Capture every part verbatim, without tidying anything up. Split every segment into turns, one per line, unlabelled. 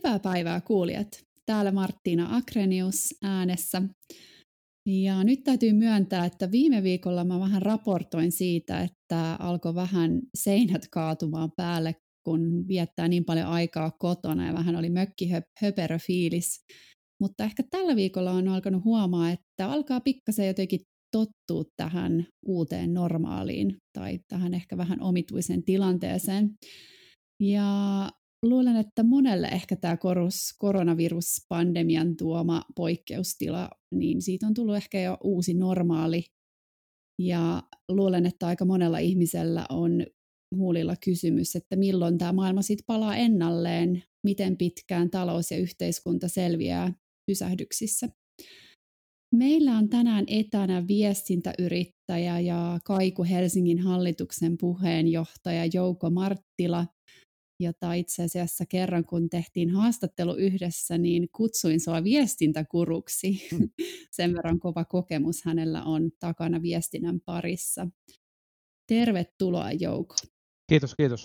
Hyvää päivää kuulijat. Täällä Marttiina Akrenius äänessä. Ja nyt täytyy myöntää, että viime viikolla mä vähän raportoin siitä, että alkoi vähän seinät kaatumaan päälle, kun viettää niin paljon aikaa kotona ja vähän oli mökkihöperö fiilis. Mutta ehkä tällä viikolla on alkanut huomaa, että alkaa pikkasen jotenkin tottua tähän uuteen normaaliin tai tähän ehkä vähän omituiseen tilanteeseen. Ja luulen, että monelle ehkä tämä koronaviruspandemian tuoma poikkeustila, niin siitä on tullut ehkä jo uusi normaali. Ja luulen, että aika monella ihmisellä on huulilla kysymys, että milloin tämä maailma sitten palaa ennalleen, miten pitkään talous ja yhteiskunta selviää pysähdyksissä. Meillä on tänään etänä viestintäyrittäjä ja Kaiku Helsingin hallituksen puheenjohtaja Jouko Marttila, jota itse asiassa kerran, kun tehtiin haastattelu yhdessä, niin kutsuin sua viestintäkuruksi. Mm. Sen verran kova kokemus hänellä on takana viestinnän parissa. Tervetuloa, Jouko.
Kiitos, kiitos.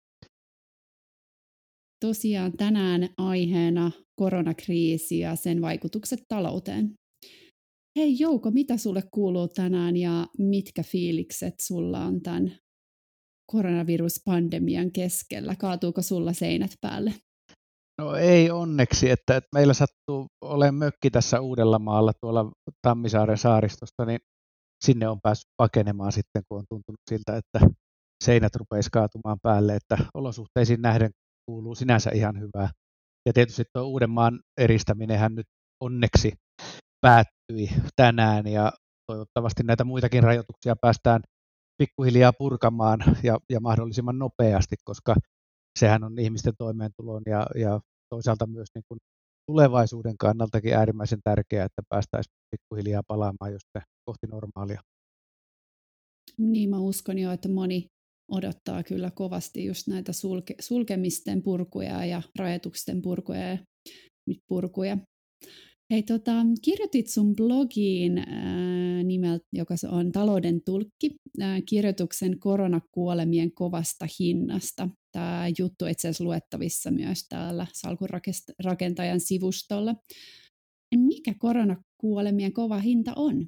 Tosiaan tänään aiheena koronakriisi ja sen vaikutukset talouteen. Hei Jouko, mitä sulle kuuluu tänään ja mitkä fiilikset sulla on tämän koronaviruspandemian keskellä? Kaatuuko sulla seinät päälle?
No ei onneksi, että, että meillä sattuu olemaan mökki tässä Uudellamaalla tuolla Tammisaaren saaristosta, niin sinne on päässyt pakenemaan sitten, kun on tuntunut siltä, että seinät rupeisi kaatumaan päälle, että olosuhteisiin nähden kuuluu sinänsä ihan hyvää. Ja tietysti tuo Uudenmaan eristäminenhän nyt onneksi päättyi tänään ja toivottavasti näitä muitakin rajoituksia päästään pikkuhiljaa purkamaan ja, ja mahdollisimman nopeasti, koska sehän on ihmisten toimeentulon ja, ja toisaalta myös niin kuin tulevaisuuden kannaltakin äärimmäisen tärkeää, että päästäisiin pikkuhiljaa palaamaan just kohti normaalia.
Niin mä uskon jo, että moni odottaa kyllä kovasti just näitä sulke, sulkemisten purkuja ja rajoitusten purkuja ja purkuja. Hei, tota, kirjoitit sun blogiin, ää, nimeltä, joka on Talouden tulkki, ää, kirjoituksen koronakuolemien kovasta hinnasta. Tämä juttu itse asiassa luettavissa myös täällä Salkunrakentajan sivustolla. Mikä koronakuolemien kova hinta on?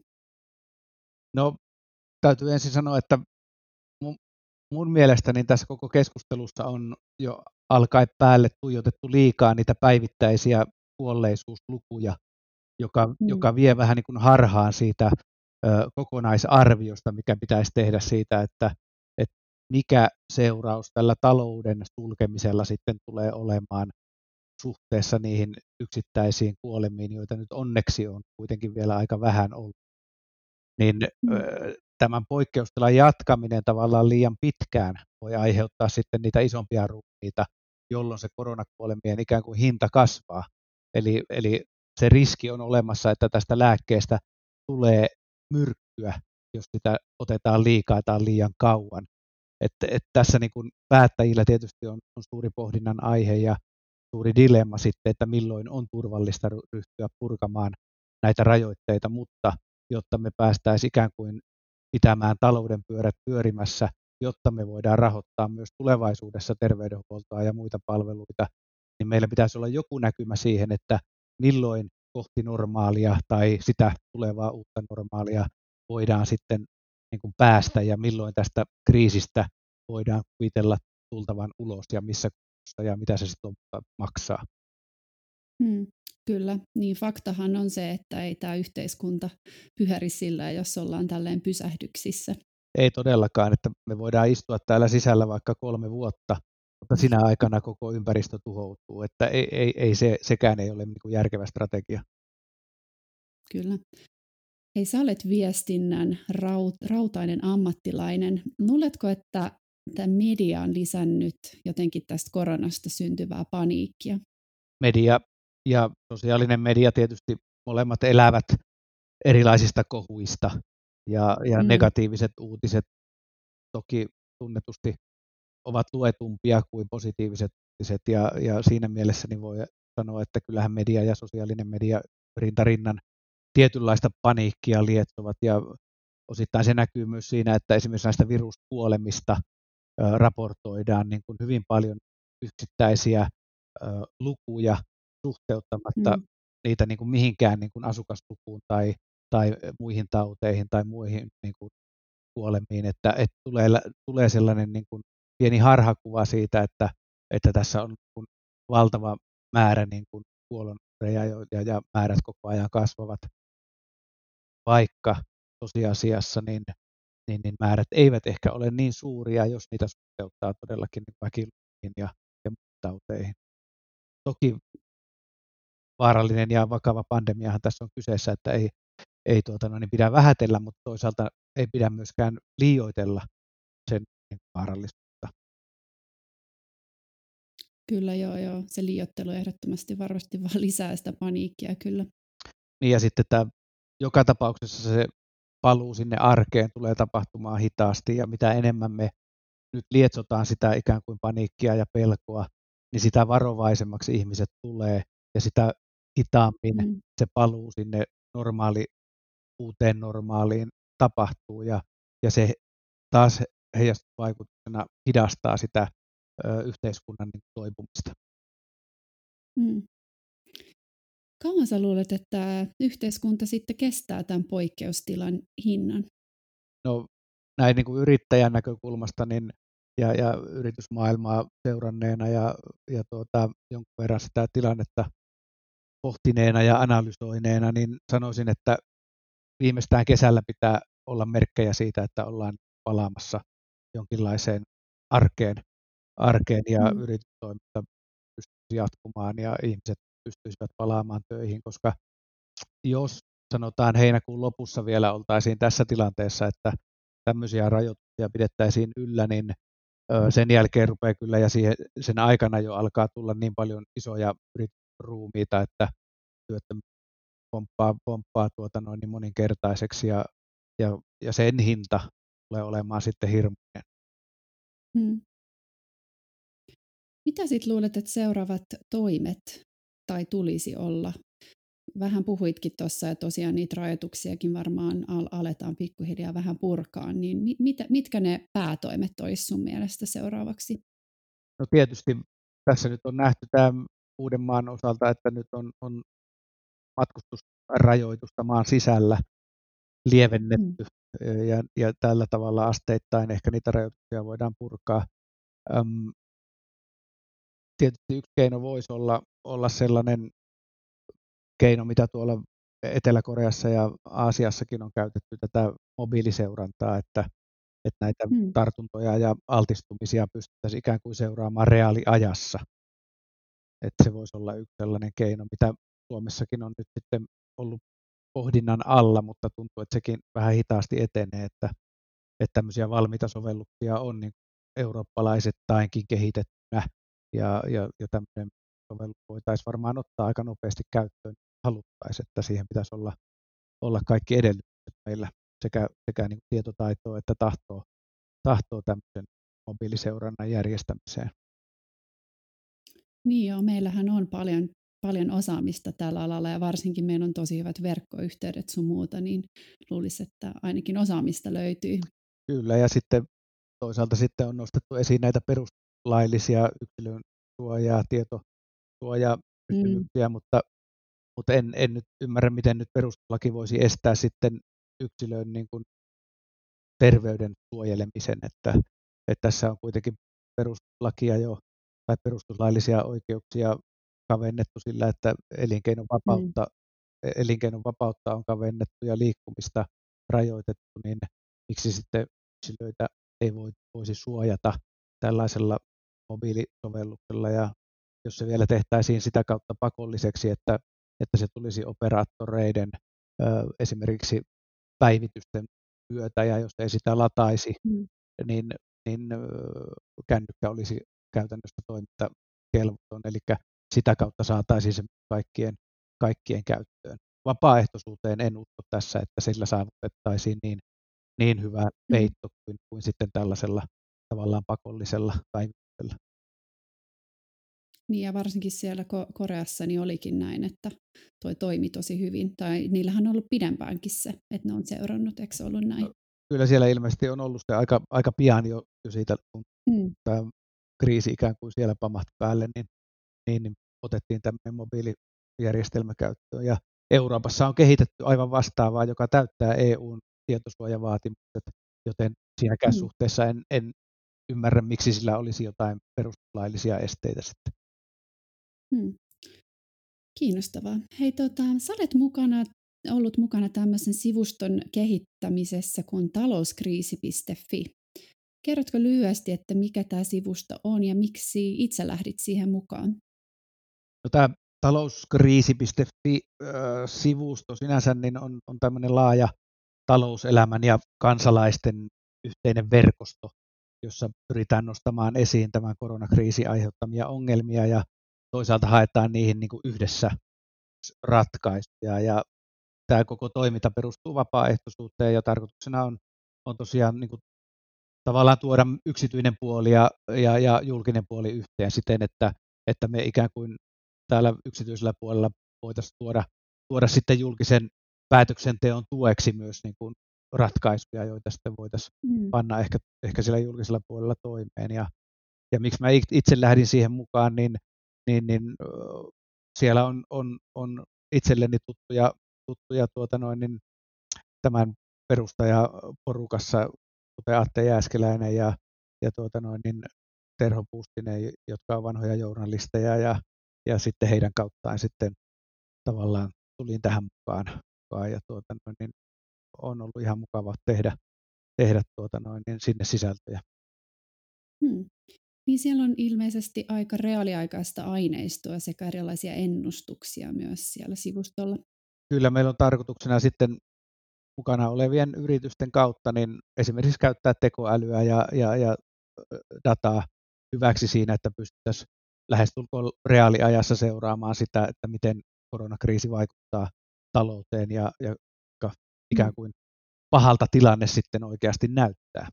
No, täytyy ensin sanoa, että mun, mun mielestäni tässä koko keskustelussa on jo alkaen päälle tuijotettu liikaa niitä päivittäisiä kuolleisuuslukuja, joka, mm. joka vie vähän niin kuin harhaan siitä ö, kokonaisarviosta, mikä pitäisi tehdä siitä, että, että mikä seuraus tällä talouden sulkemisella sitten tulee olemaan suhteessa niihin yksittäisiin kuolemiin, joita nyt onneksi on kuitenkin vielä aika vähän ollut. Niin mm. ö, tämän poikkeustilan jatkaminen tavallaan liian pitkään voi aiheuttaa sitten niitä isompia ruumiita, jolloin se koronakuolemien ikään kuin hinta kasvaa. Eli, eli se riski on olemassa, että tästä lääkkeestä tulee myrkkyä, jos sitä otetaan liikaa tai liian kauan. Et, et tässä niin kun päättäjillä tietysti on, on suuri pohdinnan aihe ja suuri dilemma sitten, että milloin on turvallista ryhtyä purkamaan näitä rajoitteita, mutta jotta me päästäisiin ikään kuin pitämään talouden pyörät pyörimässä, jotta me voidaan rahoittaa myös tulevaisuudessa terveydenhuoltoa ja muita palveluita, niin meillä pitäisi olla joku näkymä siihen, että milloin kohti normaalia tai sitä tulevaa uutta normaalia voidaan sitten niin kuin päästä ja milloin tästä kriisistä voidaan kuvitella tultavan ulos ja missä ja mitä se sitten maksaa.
Hmm, kyllä, niin faktahan on se, että ei tämä yhteiskunta pyhäri sillä, jos ollaan tälleen pysähdyksissä.
Ei todellakaan, että me voidaan istua täällä sisällä vaikka kolme vuotta, mutta sinä aikana koko ympäristö tuhoutuu, että ei, ei, ei se, sekään ei ole niin kuin järkevä strategia.
Kyllä. Hei, sä olet viestinnän raut, rautainen ammattilainen. Luuletko, että tämä media on lisännyt jotenkin tästä koronasta syntyvää paniikkia?
Media ja sosiaalinen media tietysti molemmat elävät erilaisista kohuista ja, ja mm. negatiiviset uutiset toki tunnetusti ovat luetumpia kuin positiiviset uutiset ja, ja siinä mielessä niin voi sanoa, että kyllähän media ja sosiaalinen media rintarinnan tietynlaista paniikkia lietsovat ja osittain se näkyy myös siinä, että esimerkiksi näistä viruskuolemista ä, raportoidaan niin kuin hyvin paljon yksittäisiä ö, lukuja suhteuttamatta
Mm.
niitä niin kuin mihinkään niin kuin asukaslukuun tai, tai muihin tauteihin tai muihin niin kuin kuolemiin, että, että tulee, tulee sellainen niin kuin pieni harhakuva siitä, että, että tässä on niin kuin valtava määrä niin kuin kuolonuhreja ja, ja määrät koko ajan kasvavat, vaikka tosiasiassa niin, niin, niin määrät eivät ehkä ole niin suuria, jos niitä suhteuttaa todellakin niin väkilukuihin ja, ja muihin tauteihin. Toki vaarallinen ja vakava pandemiahan tässä on kyseessä, että ei, ei tuota, no niin pidä vähätellä, mutta toisaalta ei pidä myöskään liioitella sen vaarallisuutta.
Kyllä joo, joo. Se liioittelu ehdottomasti varmasti vaan lisää sitä paniikkia kyllä.
Niin ja sitten tämä, joka tapauksessa se paluu sinne arkeen tulee tapahtumaan hitaasti ja mitä enemmän me nyt lietsotaan sitä ikään kuin paniikkia ja pelkoa, niin sitä varovaisemmaksi ihmiset tulee ja sitä hitaammin
Mm.
se paluu sinne normaali, uuteen normaaliin tapahtuu ja, ja se taas heijastusvaikutuksena hidastaa sitä ö, yhteiskunnan niin toipumista.
Mm. Kauan sä luulet, että yhteiskunta sitten kestää tämän poikkeustilan hinnan?
No näin niin kuin yrittäjän näkökulmasta niin, ja, ja yritysmaailmaa seuranneena ja, ja tuota, jonkun verran sitä tilannetta pohtineena ja analysoineena, niin sanoisin, että viimeistään kesällä pitää olla merkkejä siitä, että ollaan palaamassa jonkinlaiseen arkeen, arkeen ja
Mm.
yritystoiminta pystyisi jatkumaan ja ihmiset pystyisivät palaamaan töihin, koska jos sanotaan heinäkuun lopussa vielä oltaisiin tässä tilanteessa, että tämmöisiä rajoituksia pidettäisiin yllä, niin sen jälkeen rupeaa kyllä ja siihen, sen aikana jo alkaa tulla niin paljon isoja yritysruumiita, että työttömyys pomppaa, pomppaa tuota noin niin moninkertaiseksi ja, ja, ja sen hinta tulee olemaan sitten hirmuinen.
Mm. Mitä sitten luulet, että seuraavat toimet tai tulisi olla? Vähän puhuitkin tuossa, ja tosiaan niitä rajoituksiakin varmaan al- aletaan pikkuhiljaa vähän purkaa, niin mit, mit, mitkä ne päätoimet olisi sun mielestä seuraavaksi?
No tietysti tässä nyt on nähty tämä Uudenmaan osalta, että nyt on, on matkustusrajoitusta maan sisällä lievennetty mm. ja, ja tällä tavalla asteittain ehkä niitä rajoituksia voidaan purkaa. Öm, tietysti yksi keino voisi olla, olla sellainen keino, mitä tuolla Etelä-Koreassa ja Aasiassakin on käytetty tätä mobiiliseurantaa, että, että näitä mm. tartuntoja ja altistumisia pystyttäisiin ikään kuin seuraamaan reaaliajassa. Että se voisi olla yksi sellainen keino, mitä Suomessakin on nyt sitten ollut pohdinnan alla, mutta tuntuu, että sekin vähän hitaasti etenee, että, että tämmöisiä valmiita sovelluksia on niin eurooppalaisittainkin kehitettynä ja, ja, ja tämmöinen sovellus voitaisiin varmaan ottaa aika nopeasti käyttöön, haluttaisiin, että siihen pitäisi olla, olla kaikki edellytykset meillä sekä, sekä niin tietotaitoa että tahtoa, tahtoa tämmöisen mobiiliseurannan järjestämiseen.
Niin joo, meillähän on paljon, paljon osaamista tällä alalla ja varsinkin meillä on tosi hyvät verkkoyhteydet sun muuta, niin luulisi, että ainakin osaamista löytyy.
Kyllä ja sitten toisaalta sitten on nostettu esiin näitä perustuslaillisia yksilön suojaa, tietosuojaa kysymyksiä, mm. mutta, mutta en, en nyt ymmärrä, miten nyt perustuslaki voisi estää sitten yksilön niin kuin terveyden suojelemisen, että, että tässä on kuitenkin perustuslakia jo tai perustuslaillisia oikeuksia kavennettu sillä, että elinkeinon vapautta, mm. elinkeinon vapautta on kavennettu ja liikkumista rajoitettu, niin miksi sitten yksilöitä ei voi, voisi suojata tällaisella mobiilisovelluksella ja jos se vielä tehtäisiin sitä kautta pakolliseksi, että, että se tulisi operaattoreiden ö, esimerkiksi päivitysten myötä ja jos ei sitä lataisi, mm. niin, niin ö, kännykkä olisi käytännössä toimintakelvoton, eli sitä kautta saataisiin se kaikkien, kaikkien käyttöön. Vapaaehtoisuuteen en usko tässä, että sillä saavutettaisiin niin, niin hyvä peitto mm. kuin, kuin sitten tällaisella tavallaan pakollisella päivityksellä.
Niin ja varsinkin siellä Koreassa niin olikin näin, että toi toimi tosi hyvin. Tai niillähän on ollut pidempäänkin se, että ne on seurannut, eikö se ollut näin?
Kyllä siellä ilmeisesti on ollut se aika, aika pian jo, jo siitä, kun mm. tämä kriisi ikään kuin siellä pamahti päälle, niin, niin, niin otettiin tämmöinen mobiilijärjestelmä käyttöön. Ja Euroopassa on kehitetty aivan vastaavaa, joka täyttää E U:n tietosuojavaatimukset, joten siinäkään
Mm.
suhteessa en, en ymmärrä, miksi sillä olisi jotain perustuslaillisia esteitä sitten.
Mm. Kiinnostavaa. Hei, tota, sä olet mukana, ollut mukana tämmöisen sivuston kehittämisessä kuin talouskriisi piste fi. Kerrotko lyhyesti, että mikä tämä sivusto on ja miksi itse lähdit siihen mukaan?
No, tämä talouskriisi piste fi-sivusto sinänsä niin on, on tämmöinen laaja talouselämän ja kansalaisten yhteinen verkosto, jossa pyritään nostamaan esiin tämän koronakriisin aiheuttamia ongelmia ja toisaalta haetaan niihin niin kuin yhdessä ratkaisuja. Ja tämä koko toiminta perustuu vapaaehtoisuuteen ja tarkoituksena on, on tosiaan niin kuin tavallaan tuoda yksityinen puoli ja, ja, ja julkinen puoli yhteen siten, että, että me ikään kuin täällä yksityisellä puolella voitaisiin tuoda, tuoda sitten julkisen päätöksenteon tueksi myös niin kuin ratkaisuja, joita sitten voitaisiin
Mm.
panna ehkä, ehkä siellä julkisella puolella toimeen. Ja, ja miksi mä itse lähdin siihen mukaan, niin, niin, niin siellä on, on, on itselleni tuttuja, tuttuja tuota noin, niin tämän perustajaporukassa, kuten Atte Jääskeläinen ja, ja tuota noin, niin Terho Puustinen, jotka ovat vanhoja journalisteja, ja, ja sitten heidän kauttaan sitten tavallaan tulin tähän mukaan, mukaan ja tuota noin, niin on ollut ihan mukava tehdä, tehdä tuota noin, niin sinne sisältöjä.
Hmm. Niin siellä on ilmeisesti aika reaaliaikaista aineistoa sekä erilaisia ennustuksia myös siellä sivustolla.
Kyllä meillä on tarkoituksena sitten mukana olevien yritysten kautta niin esimerkiksi käyttää tekoälyä ja, ja, ja dataa hyväksi siinä, että pystyttäisiin lähestulkoon reaaliajassa seuraamaan sitä, että miten koronakriisi vaikuttaa talouteen ja, ja ikään kuin pahalta tilanne sitten oikeasti näyttää.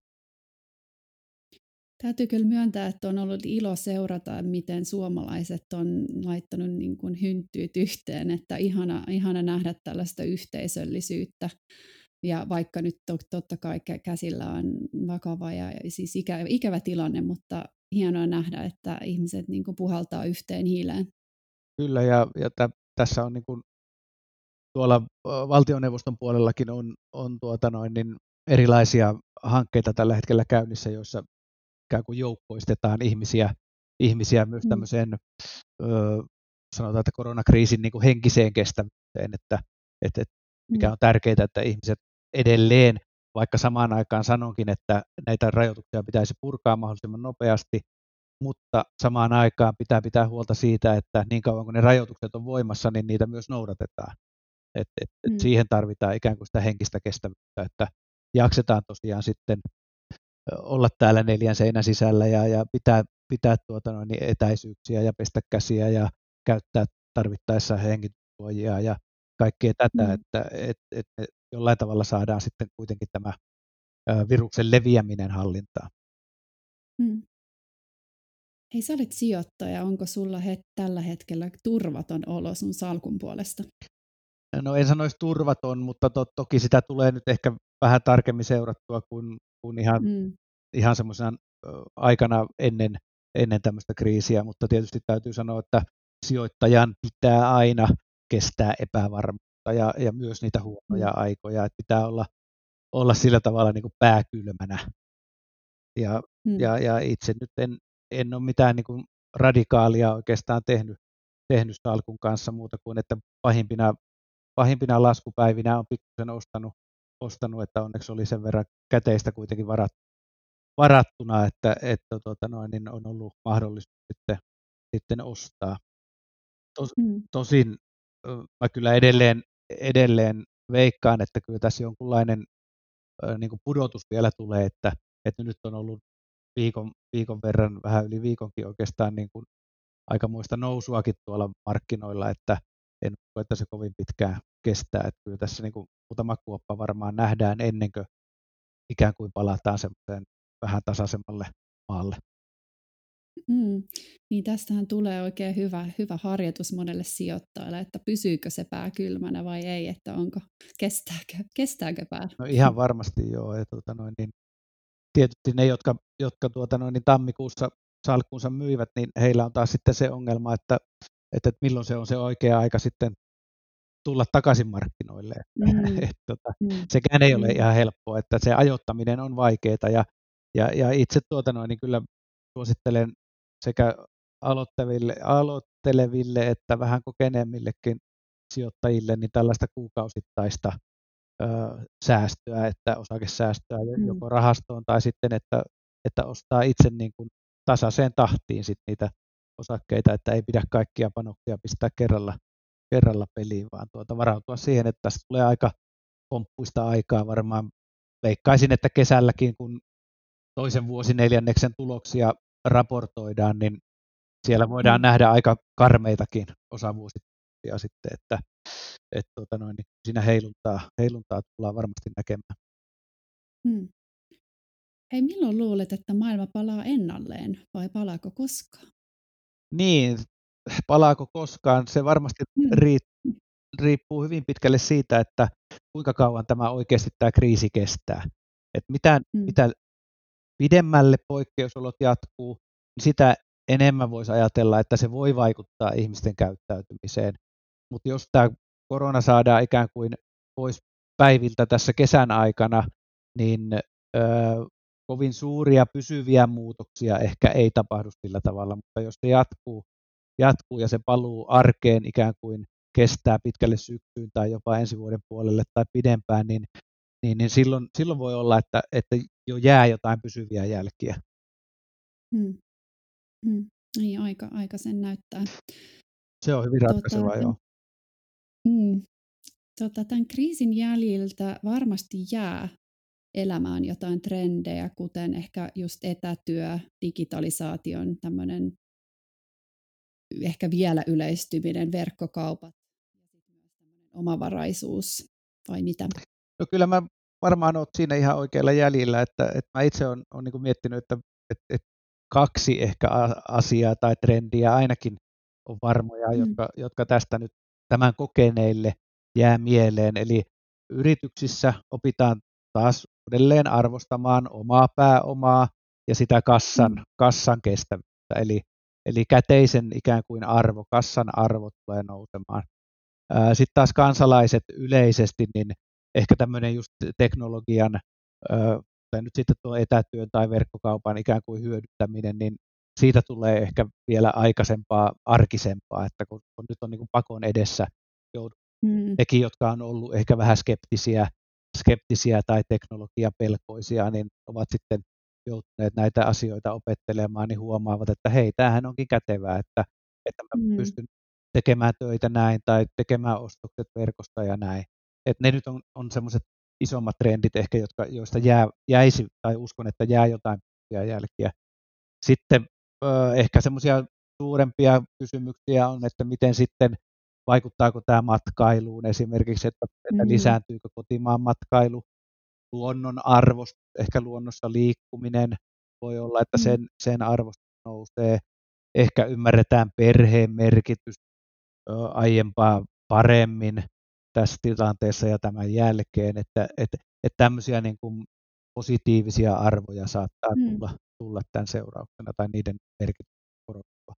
Täytyy kyllä myöntää, että on ollut ilo seurata, miten suomalaiset on laittanut niin kuin hynttyyt yhteen, että ihana, ihana nähdä tällaista yhteisöllisyyttä. Ja vaikka nyt totta kai käsillä on vakava ja siis ikävä, ikävä tilanne, mutta hienoa nähdä, että ihmiset niin kuin puhaltaa yhteen hiileen.
Kyllä, ja, ja tä, tässä on niin kuin tuolla valtioneuvoston puolellakin on, on tuota noin, niin erilaisia hankkeita tällä hetkellä käynnissä, joissa ikään kuin joukkoistetaan ihmisiä, ihmisiä myös
Mm.
tämmöiseen, ö, sanotaan, että koronakriisin niin kuin henkiseen kestävyyteen, että, että mikä on tärkeää, että ihmiset edelleen, vaikka samaan aikaan sanonkin, että näitä rajoituksia pitäisi purkaa mahdollisimman nopeasti, mutta samaan aikaan pitää pitää huolta siitä, että niin kauan kuin ne rajoitukset on voimassa, niin niitä myös noudatetaan. Et, et, et
Mm.
siihen tarvitaan ikään kuin sitä henkistä kestävyyttä, että jaksetaan tosiaan sitten olla täällä neljän seinän sisällä ja, ja pitää, pitää tuota noin, niin etäisyyksiä ja pestä käsiä ja käyttää tarvittaessa hengityssuojia ja kaikkea tätä,
Mm.
että et, et jollain tavalla saadaan sitten kuitenkin tämä viruksen leviäminen hallintaan.
Mm. Hei, sä olet sijoittaja. Onko sulla het- tällä hetkellä turvaton olo sun salkun puolesta?
No en sanoisi turvaton, mutta to, toki sitä tulee nyt ehkä vähän tarkemmin seurattua kuin, kuin ihan,
Mm.
ihan semmoisena aikana ennen, ennen tämmöistä kriisiä, mutta tietysti täytyy sanoa, että sijoittajan pitää aina kestää epävarmuutta ja, ja myös niitä huonoja
Mm.
aikoja, että pitää olla, olla sillä tavalla niin kuin pääkylmänä. Ja,
Mm.
ja, ja itse nyt en, en ole mitään niin kuin radikaalia oikeastaan tehnyt, tehnyt salkun kanssa muuta kuin, että pahimpina, pahimpina laskupäivinä on pikkusen ostanut, ostanut, että onneksi oli sen verran käteistä kuitenkin varat, varattuna, että, että tuota noin, niin on ollut mahdollisuus sitten, sitten ostaa. Tos,
Mm.
tosin mä kyllä edelleen, edelleen veikkaan, että kyllä tässä jonkunlainen niin kuin pudotus vielä tulee, että, että nyt on ollut viikon, viikon verran, vähän yli viikonkin oikeastaan niin kuin aikamoista nousuakin tuolla markkinoilla, että en usko, että se kovin pitkään kestää. Että kyllä tässä niin kuin muutama kuoppa varmaan nähdään ennen kuin ikään kuin palataan semmoiseen vähän tasaisemmalle maalle.
Mm. Niin tästähän tulee oikein hyvä, hyvä harjoitus monelle sijoittajalle, että pysyykö se pää kylmänä vai ei, että onko, kestääkö, kestääkö pää?
No ihan varmasti joo. Ja tuota noin, niin tietysti ne, jotka, jotka tuota noin, niin tammikuussa salkkunsa myivät, niin heillä on taas sitten se ongelma, että, että milloin se on se oikea aika sitten tulla takaisin markkinoille.
Mm.
Et, tota,
Mm.
sekään ei ole
Mm.
ihan helppoa, että se ajoittaminen on vaikeaa ja, ja, ja itse tuota noin, niin kyllä suosittelen sekä aloitteleville, aloitteleville että vähän kokeneemmillekin sijoittajille niin tällaista kuukausittaista ö, säästöä, että osakesäästöä
Mm.
joko rahastoon tai sitten, että, että ostaa itse niin kuin tasaiseen tahtiin sit niitä osakkeita, että ei pidä kaikkia panoksia pistää kerralla, kerralla peliin, vaan tuota varautua siihen, että tästä tulee aika pomppuista aikaa varmaan. Veikkaisin, että kesälläkin, kun toisen vuosineljänneksen tuloksia raportoidaan, niin siellä voidaan
Mm.
nähdä aika karmeitakin osavuosituloksia sitten, että et, tuota noin, niin siinä heiluntaa, heiluntaa tullaan varmasti näkemään.
Mm. Hei, milloin luulet, että maailma palaa ennalleen vai palaako koskaan?
Niin, palaako koskaan? Se varmasti
Mm.
riippuu hyvin pitkälle siitä, että kuinka kauan tämä oikeasti tämä kriisi kestää. Et mitä,
Mm.
mitä pidemmälle poikkeusolot jatkuu, niin sitä enemmän voisi ajatella, että se voi vaikuttaa ihmisten käyttäytymiseen. Mutta jos tämä korona saadaan ikään kuin pois päiviltä tässä kesän aikana, niin ö, kovin suuria pysyviä muutoksia ehkä ei tapahdu sillä tavalla, mutta jos se jatkuu, jatkuu ja se paluu arkeen ikään kuin kestää pitkälle syksyyn tai jopa ensi vuoden puolelle tai pidempään, niin, niin, niin silloin, silloin voi olla, että, että jo jää jotain pysyviä jälkiä.
Mm. Mm. Niin, aika, aika sen näyttää.
Se on hyvin ratkaisevaa,
tota,
joo.
Mm, tota, tämän kriisin jäljiltä varmasti jää elämään jotain trendejä, kuten ehkä just etätyö, digitalisaation tämmöinen ehkä vielä yleistyminen, verkkokaupat, omavaraisuus, vai mitä?
No kyllä mä varmaan olet siinä ihan oikealla jäljellä, että, että mä itse olen, olen niin miettinyt, että, että, että kaksi ehkä asiaa tai trendiä ainakin on varmoja,
Mm.
jotka, jotka tästä nyt tämän kokeneille jää mieleen. Eli yrityksissä opitaan taas uudelleen arvostamaan omaa pääomaa ja sitä kassan,
Mm.
kassan kestävyyttä. Eli, eli käteisen ikään kuin arvo, kassan arvo tulee nousemaan. Sitten taas kansalaiset yleisesti, niin ehkä tämmöinen just teknologian, tai nyt sitten tuo etätyön tai verkkokaupan ikään kuin hyödyntäminen, niin siitä tulee ehkä vielä aikaisempaa, arkisempaa, että kun, kun nyt on niin kuin pakon edessä joudut,
Mm.
nekin, jotka on ollut ehkä vähän skeptisiä, skeptisiä tai teknologiapelkoisia, niin ovat sitten joutuneet näitä asioita opettelemaan, niin huomaavat, että hei, tämähän onkin kätevää, että, että mä
Mm.
pystyn tekemään töitä näin tai tekemään ostokset verkosta ja näin. Et ne nyt on, on semmoiset isommat trendit ehkä, jotka, joista jää, jäisi tai uskon, että jää jotain jälkiä. Sitten ö, ehkä semmoisia suurempia kysymyksiä on, että miten sitten vaikuttaako tämä matkailuun esimerkiksi, että, että
Mm.
lisääntyykö kotimaan matkailu, luonnon arvostus, ehkä luonnossa liikkuminen, voi olla, että
Mm.
sen, sen arvostus nousee, ehkä ymmärretään perheen merkitys ö, aiempaa paremmin tässä tilanteessa ja tämän jälkeen, että, että, että tämmöisiä niin kuin positiivisia arvoja saattaa
Mm.
tulla, tulla tämän seurauksena tai niiden merkitys korostua.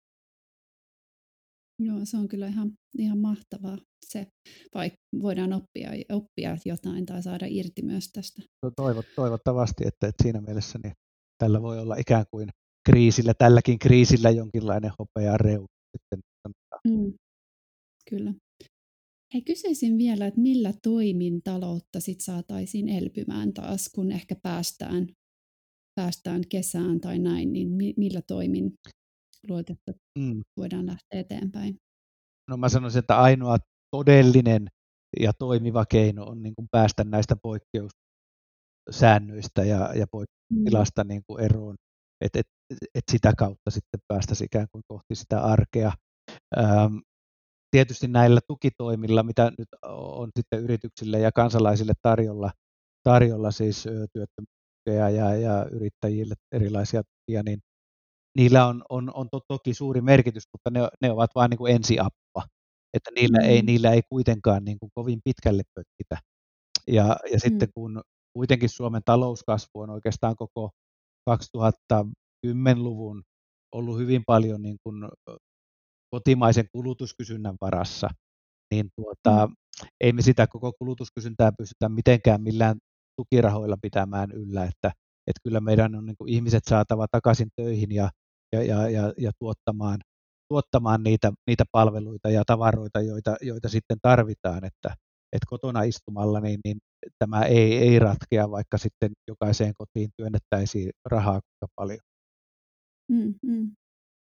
Joo, se on kyllä ihan, ihan mahtavaa. Se, vaikka voidaan oppia, oppia jotain tai saada irti myös tästä.
Toivot, toivottavasti, että, että siinä mielessä niin tällä voi olla ikään kuin kriisillä, tälläkin kriisillä jonkinlainen hopea reuna.
Mm, kyllä. Hei, kysyisin vielä, että millä toimin taloutta sit saataisiin elpymään taas, kun ehkä päästään, päästään kesään tai näin, niin mi- millä toimin luulet, että
Mm.
voidaan lähteä eteenpäin?
No mä sanoisin, että ainoa todellinen ja toimiva keino on niin kuin päästä näistä poikkeussäännöistä ja, ja poikkeustilasta niin kuin eroon, että et, et sitä kautta sitten päästäisiin ikään kuin kohti sitä arkea. Ähm, tietysti näillä tukitoimilla, mitä nyt on sitten yrityksille ja kansalaisille tarjolla, tarjolla siis työttömyystukea ja, ja yrittäjille erilaisia tukia, niin niillä on, on, on to, toki suuri merkitys, mutta ne, ne ovat vain niin kuin ensiapua, että niillä,
Mm.
ei, niillä ei kuitenkaan niin kuin kovin pitkälle pötkitä. Ja, ja sitten
Mm.
kun kuitenkin Suomen talouskasvu on oikeastaan koko kaksituhattakymmenluvun ollut hyvin paljon niin kuin kotimaisen kulutuskysynnän varassa, niin
Mm.
tuota, ei me sitä koko kulutuskysyntää pystytä mitenkään millään tukirahoilla pitämään yllä, että, että kyllä meidän on niin kuin ihmiset saatava takaisin töihin ja, ja, ja, ja, ja tuottamaan, tuottamaan niitä, niitä palveluita ja tavaroita, joita, joita sitten tarvitaan, että, että kotona istumalla niin, niin tämä ei, ei ratkea, vaikka sitten jokaiseen kotiin työnnettäisiin rahaa kuinka paljon.
Mm, mm.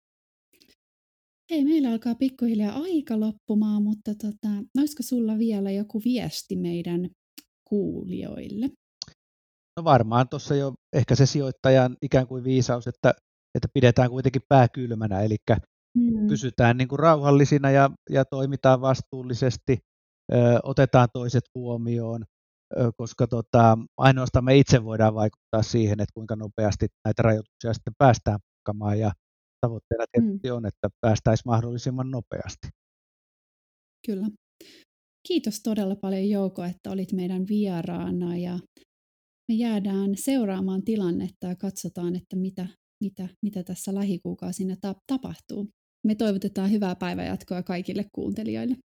Hei, meillä alkaa pikkuhiljaa aika loppumaan, mutta tota, olisiko sulla vielä joku viesti meidän kuulijoille?
No varmaan tuossa jo ehkä se sijoittajan ikään kuin viisaus, että, että pidetään kuitenkin pää kylmänä, eli
Mm.
pysytään niin kuin rauhallisina ja, ja toimitaan vastuullisesti, ö, otetaan toiset huomioon, ö, koska tota, ainoastaan me itse voidaan vaikuttaa siihen, että kuinka nopeasti näitä rajoituksia sitten päästään purkamaan, ja tavoitteena
Mm.
tietysti on, että päästäisiin mahdollisimman nopeasti.
Kyllä. Kiitos todella paljon Jouko, että olit meidän vieraana ja me jäädään seuraamaan tilannetta ja katsotaan, että mitä, mitä, mitä tässä lähikuukausina ta- tapahtuu. Me toivotetaan hyvää päivänjatkoa kaikille kuuntelijoille.